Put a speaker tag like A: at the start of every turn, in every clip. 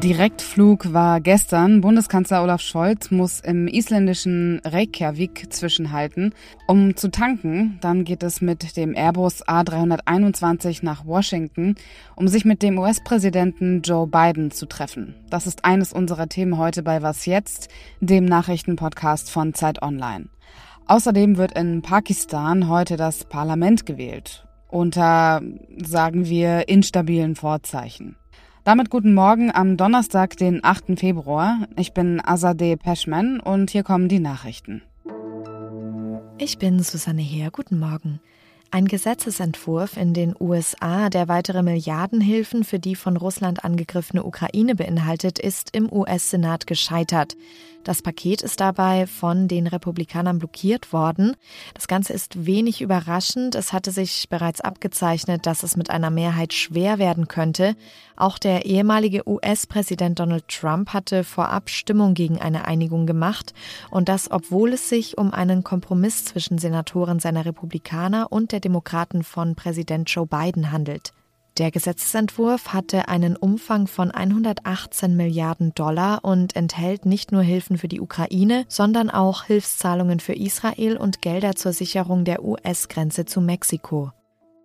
A: Direktflug war gestern. Bundeskanzler Olaf Scholz muss im isländischen Reykjavik zwischenhalten, um zu tanken. Dann geht es mit dem Airbus A321 nach Washington, um sich mit dem US-Präsidenten Joe Biden zu treffen. Das ist eines unserer Themen heute bei Was jetzt?, dem Nachrichtenpodcast von Zeit Online. Außerdem wird in Pakistan heute das Parlament gewählt. Unter, sagen wir, instabilen Vorzeichen. Damit guten Morgen am Donnerstag, den 8. Februar. Ich bin Azadeh Peschman und hier kommen die Nachrichten.
B: Ich bin Susanne Heer. Guten Morgen. Ein Gesetzesentwurf in den USA, der weitere Milliardenhilfen für die von Russland angegriffene Ukraine beinhaltet, ist im US-Senat gescheitert. Das Paket ist dabei von den Republikanern blockiert worden. Das Ganze ist wenig überraschend. Es hatte sich bereits abgezeichnet, dass es mit einer Mehrheit schwer werden könnte. Auch der ehemalige US-Präsident Donald Trump hatte vorab Stimmung gegen eine Einigung gemacht. Und das, obwohl es sich um einen Kompromiss zwischen Senatoren seiner Republikaner und der Demokraten von Präsident Joe Biden handelt. Der Gesetzesentwurf hatte einen Umfang von 118 Milliarden Dollar und enthält nicht nur Hilfen für die Ukraine, sondern auch Hilfszahlungen für Israel und Gelder zur Sicherung der US-Grenze zu Mexiko.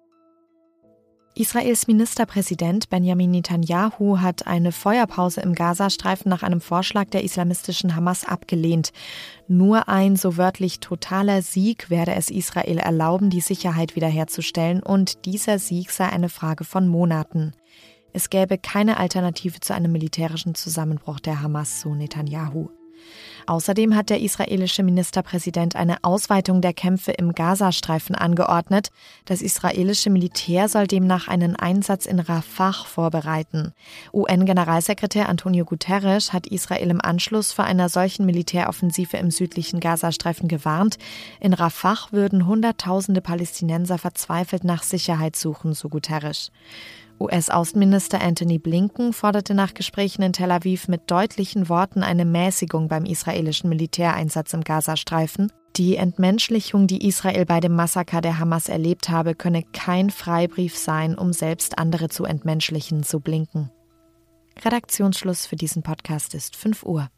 B: Israels Ministerpräsident Benjamin Netanyahu hat eine Feuerpause im Gazastreifen nach einem Vorschlag der islamistischen Hamas abgelehnt. Nur ein so wörtlich totaler Sieg werde es Israel erlauben, die Sicherheit wiederherzustellen, und dieser Sieg sei eine Frage von Monaten. Es gäbe keine Alternative zu einem militärischen Zusammenbruch der Hamas, so Netanyahu. Außerdem hat der israelische Ministerpräsident eine Ausweitung der Kämpfe im Gazastreifen angeordnet. Das israelische Militär soll demnach einen Einsatz in Rafah vorbereiten. UN-Generalsekretär Antonio Guterres hat Israel im Anschluss vor einer solchen Militäroffensive im südlichen Gazastreifen gewarnt. In Rafah würden Hunderttausende Palästinenser verzweifelt nach Sicherheit suchen, so Guterres. US-Außenminister Antony Blinken forderte nach Gesprächen in Tel Aviv mit deutlichen Worten eine Mäßigung beim israelischen Militäreinsatz im Gazastreifen. Die Entmenschlichung, die Israel bei dem Massaker der Hamas erlebt habe, könne kein Freibrief sein, um selbst andere zu entmenschlichen, so Blinken. Redaktionsschluss für diesen Podcast ist 5 Uhr.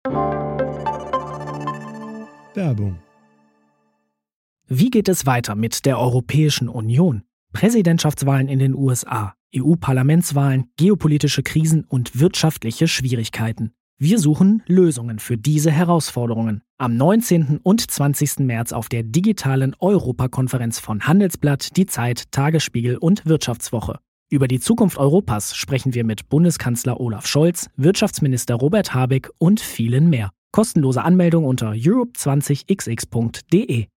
C: Werbung. Wie geht es weiter mit der Europäischen Union? Präsidentschaftswahlen in den USA, EU-Parlamentswahlen, geopolitische Krisen und wirtschaftliche Schwierigkeiten. Wir suchen Lösungen für diese Herausforderungen. Am 19. und 20. März auf der digitalen Europakonferenz von Handelsblatt, Die Zeit, Tagesspiegel und Wirtschaftswoche. Über die Zukunft Europas sprechen wir mit Bundeskanzler Olaf Scholz, Wirtschaftsminister Robert Habeck und vielen mehr. Kostenlose Anmeldung unter europe20xx.de.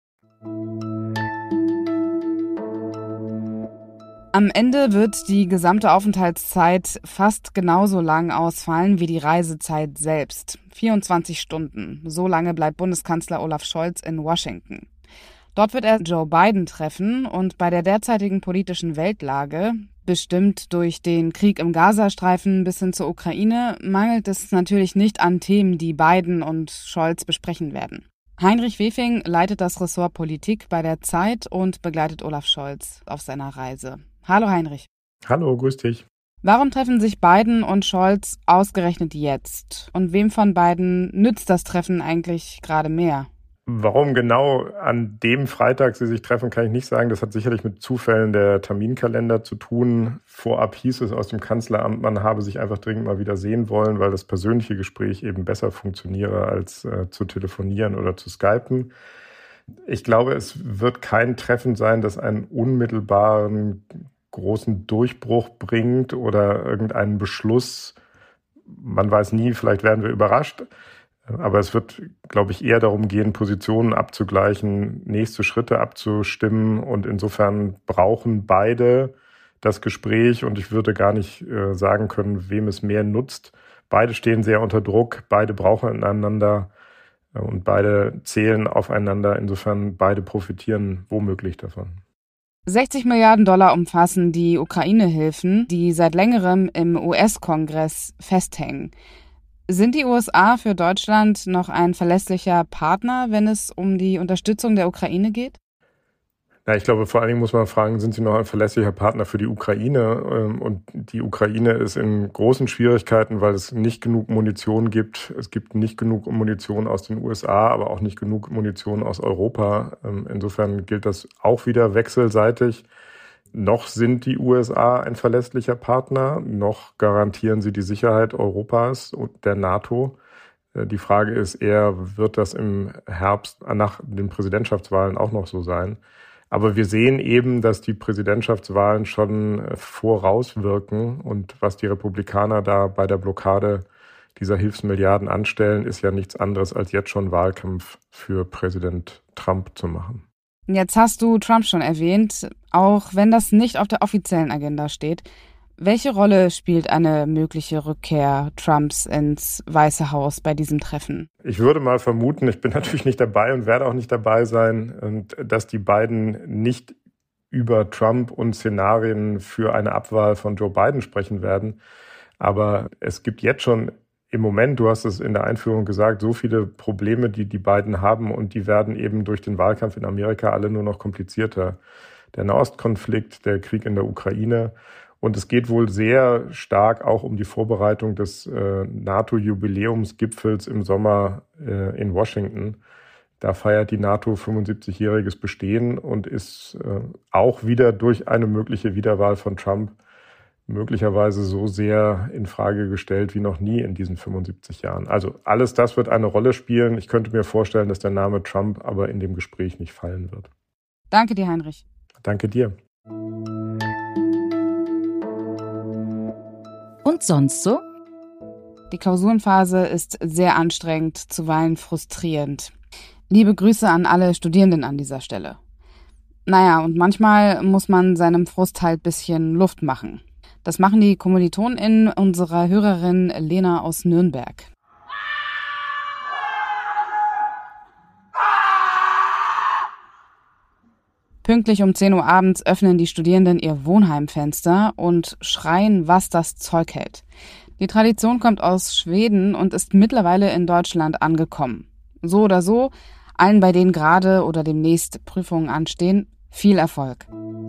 A: Am Ende wird die gesamte Aufenthaltszeit fast genauso lang ausfallen wie die Reisezeit selbst. 24 Stunden. So lange bleibt Bundeskanzler Olaf Scholz in Washington. Dort wird er Joe Biden treffen und bei der derzeitigen politischen Weltlage, bestimmt durch den Krieg im Gazastreifen bis hin zur Ukraine, mangelt es natürlich nicht an Themen, die Biden und Scholz besprechen werden. Heinrich Wefing leitet das Ressort Politik bei der Zeit und begleitet Olaf Scholz auf seiner Reise. Hallo Heinrich.
D: Hallo, grüß dich.
A: Warum treffen sich Biden und Scholz ausgerechnet jetzt? Und wem von beiden nützt das Treffen eigentlich gerade mehr?
D: Warum genau an dem Freitag sie sich treffen, kann ich nicht sagen. Das hat sicherlich mit Zufällen der Terminkalender zu tun. Vorab hieß es aus dem Kanzleramt, man habe sich einfach dringend mal wieder sehen wollen, weil das persönliche Gespräch eben besser funktioniere, als zu telefonieren oder zu skypen. Ich glaube, es wird kein Treffen sein, das einen unmittelbaren großen Durchbruch bringt oder irgendeinen Beschluss. Man weiß nie, vielleicht werden wir überrascht. Aber es wird, glaube ich, eher darum gehen, Positionen abzugleichen, nächste Schritte abzustimmen. Und insofern brauchen beide das Gespräch. Und ich würde gar nicht sagen können, wem es mehr nutzt. Beide stehen sehr unter Druck, beide brauchen einander und beide zählen aufeinander. Insofern beide profitieren womöglich davon.
A: 60 Milliarden Dollar umfassen die Ukraine-Hilfen, die seit längerem im US-Kongress festhängen. Sind die USA für Deutschland noch ein verlässlicher Partner, wenn es um die Unterstützung der Ukraine geht?
D: Ja, ich glaube, vor allen Dingen muss man fragen, sind sie noch ein verlässlicher Partner für die Ukraine? Und die Ukraine ist in großen Schwierigkeiten, weil es nicht genug Munition gibt. Es gibt nicht genug Munition aus den USA, aber auch nicht genug Munition aus Europa. Insofern gilt das auch wieder wechselseitig. Noch sind die USA ein verlässlicher Partner, noch garantieren sie die Sicherheit Europas und der NATO. Die Frage ist eher, wird das im Herbst nach den Präsidentschaftswahlen auch noch so sein? Aber wir sehen eben, dass die Präsidentschaftswahlen schon vorauswirken. Und was die Republikaner da bei der Blockade dieser Hilfsmilliarden anstellen, ist ja nichts anderes, als jetzt schon Wahlkampf für Präsident Trump zu machen.
A: Jetzt hast du Trump schon erwähnt, auch wenn das nicht auf der offiziellen Agenda steht. Welche Rolle spielt eine mögliche Rückkehr Trumps ins Weiße Haus bei diesem Treffen?
D: Ich würde mal vermuten, ich bin natürlich nicht dabei und werde auch nicht dabei sein, und dass die beiden nicht über Trump und Szenarien für eine Abwahl von Joe Biden sprechen werden. Aber es gibt jetzt schon im Moment, du hast es in der Einführung gesagt, so viele Probleme, die die beiden haben, und die werden eben durch den Wahlkampf in Amerika alle nur noch komplizierter. Der Nahostkonflikt, der Krieg in der Ukraine. Und es geht wohl sehr stark auch um die Vorbereitung des NATO-Jubiläumsgipfels im Sommer in Washington. Da feiert die NATO 75-jähriges Bestehen und ist auch wieder durch eine mögliche Wiederwahl von Trump möglicherweise so sehr in Frage gestellt wie noch nie in diesen 75 Jahren. Also alles das wird eine Rolle spielen. Ich könnte mir vorstellen, dass der Name Trump aber in dem Gespräch nicht fallen wird.
A: Danke dir, Heinrich.
D: Danke dir.
E: Und sonst so?
A: Die Klausurenphase ist sehr anstrengend, zuweilen frustrierend. Liebe Grüße an alle Studierenden an dieser Stelle. Naja, und manchmal muss man seinem Frust halt ein bisschen Luft machen. Das machen die KommilitonInnen unserer Hörerin Lena aus Nürnberg. Pünktlich um 10 Uhr abends öffnen die Studierenden ihr Wohnheimfenster und schreien, was das Zeug hält. Die Tradition kommt aus Schweden und ist mittlerweile in Deutschland angekommen. So oder so, allen, bei denen gerade oder demnächst Prüfungen anstehen, viel Erfolg.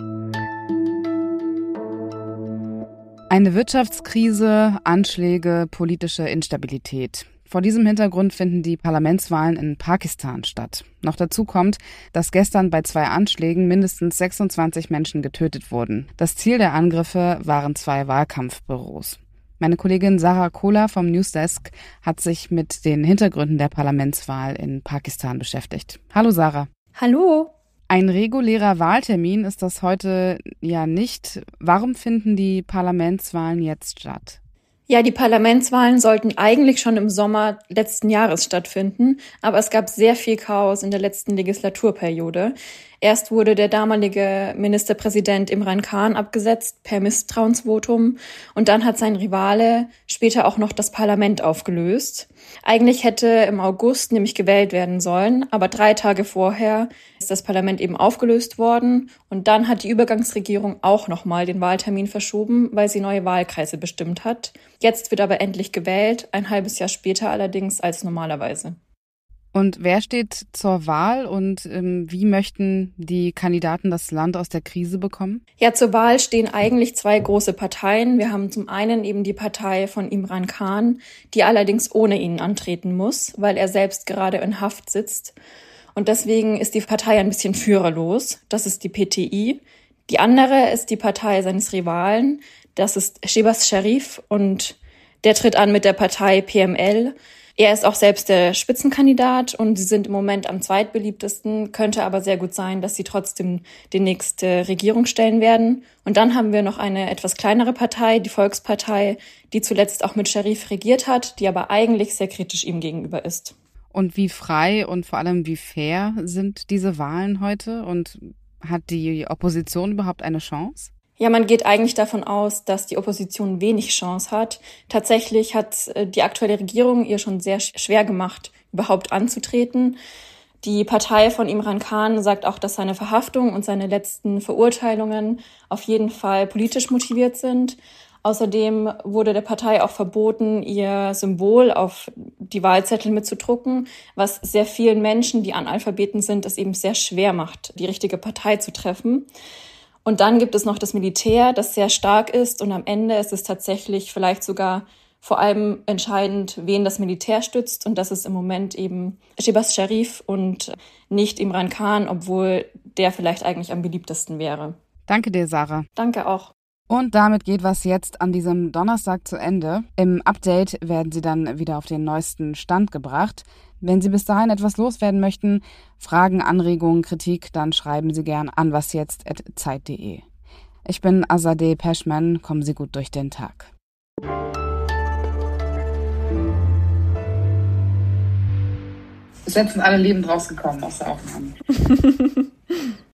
A: Eine Wirtschaftskrise, Anschläge, politische Instabilität. Vor diesem Hintergrund finden die Parlamentswahlen in Pakistan statt. Noch dazu kommt, dass gestern bei 2 Anschlägen mindestens 26 Menschen getötet wurden. Das Ziel der Angriffe waren 2 Wahlkampfbüros. Meine Kollegin Sarah Kohler vom Newsdesk hat sich mit den Hintergründen der Parlamentswahl in Pakistan beschäftigt. Hallo Sarah.
F: Hallo.
A: Ein regulärer Wahltermin ist das heute ja nicht. Warum finden die Parlamentswahlen jetzt statt?
F: Ja, die Parlamentswahlen sollten eigentlich schon im Sommer letzten Jahres stattfinden, aber es gab sehr viel Chaos in der letzten Legislaturperiode. Erst wurde der damalige Ministerpräsident Imran Khan abgesetzt per Misstrauensvotum und dann hat sein Rivale später auch noch das Parlament aufgelöst. Eigentlich hätte im August nämlich gewählt werden sollen, aber 3 Tage vorher ist das Parlament eben aufgelöst worden und dann hat die Übergangsregierung auch nochmal den Wahltermin verschoben, weil sie neue Wahlkreise bestimmt hat. Jetzt wird aber endlich gewählt, ein halbes Jahr später allerdings als normalerweise.
A: Und wer steht zur Wahl und wie möchten die Kandidaten das Land aus der Krise bekommen?
F: Ja, zur Wahl stehen eigentlich 2 große Parteien. Wir haben zum einen eben die Partei von Imran Khan, die allerdings ohne ihn antreten muss, weil er selbst gerade in Haft sitzt. Und deswegen ist die Partei ein bisschen führerlos. Das ist die PTI. Die andere ist die Partei seines Rivalen. Das ist Shehbaz Sharif und der tritt an mit der Partei PML. Er ist auch selbst der Spitzenkandidat und sie sind im Moment am zweitbeliebtesten, könnte aber sehr gut sein, dass sie trotzdem die nächste Regierung stellen werden. Und dann haben wir noch eine etwas kleinere Partei, die Volkspartei, die zuletzt auch mit Sharif regiert hat, die aber eigentlich sehr kritisch ihm gegenüber ist.
A: Und wie frei und vor allem wie fair sind diese Wahlen heute und hat die Opposition überhaupt eine Chance?
F: Ja, man geht eigentlich davon aus, dass die Opposition wenig Chance hat. Tatsächlich hat die aktuelle Regierung ihr schon sehr schwer gemacht, überhaupt anzutreten. Die Partei von Imran Khan sagt auch, dass seine Verhaftung und seine letzten Verurteilungen auf jeden Fall politisch motiviert sind. Außerdem wurde der Partei auch verboten, ihr Symbol auf die Wahlzettel mitzudrucken, was sehr vielen Menschen, die Analphabeten sind, es eben sehr schwer macht, die richtige Partei zu treffen. Und dann gibt es noch das Militär, das sehr stark ist. Und am Ende ist es tatsächlich vielleicht sogar vor allem entscheidend, wen das Militär stützt. Und das ist im Moment eben Shehbaz Sharif und nicht Imran Khan, obwohl der vielleicht eigentlich am beliebtesten wäre.
A: Danke dir, Sarah.
F: Danke auch.
A: Und damit geht was jetzt an diesem Donnerstag zu Ende. Im Update werden Sie dann wieder auf den neuesten Stand gebracht. Wenn Sie bis dahin etwas loswerden möchten, Fragen, Anregungen, Kritik, dann schreiben Sie gern an wasjetzt@zeit.de. Ich bin Azadeh Peschman. Kommen Sie gut durch den Tag.
E: Bis jetzt sind alle lebend rausgekommen aus der Aufnahme.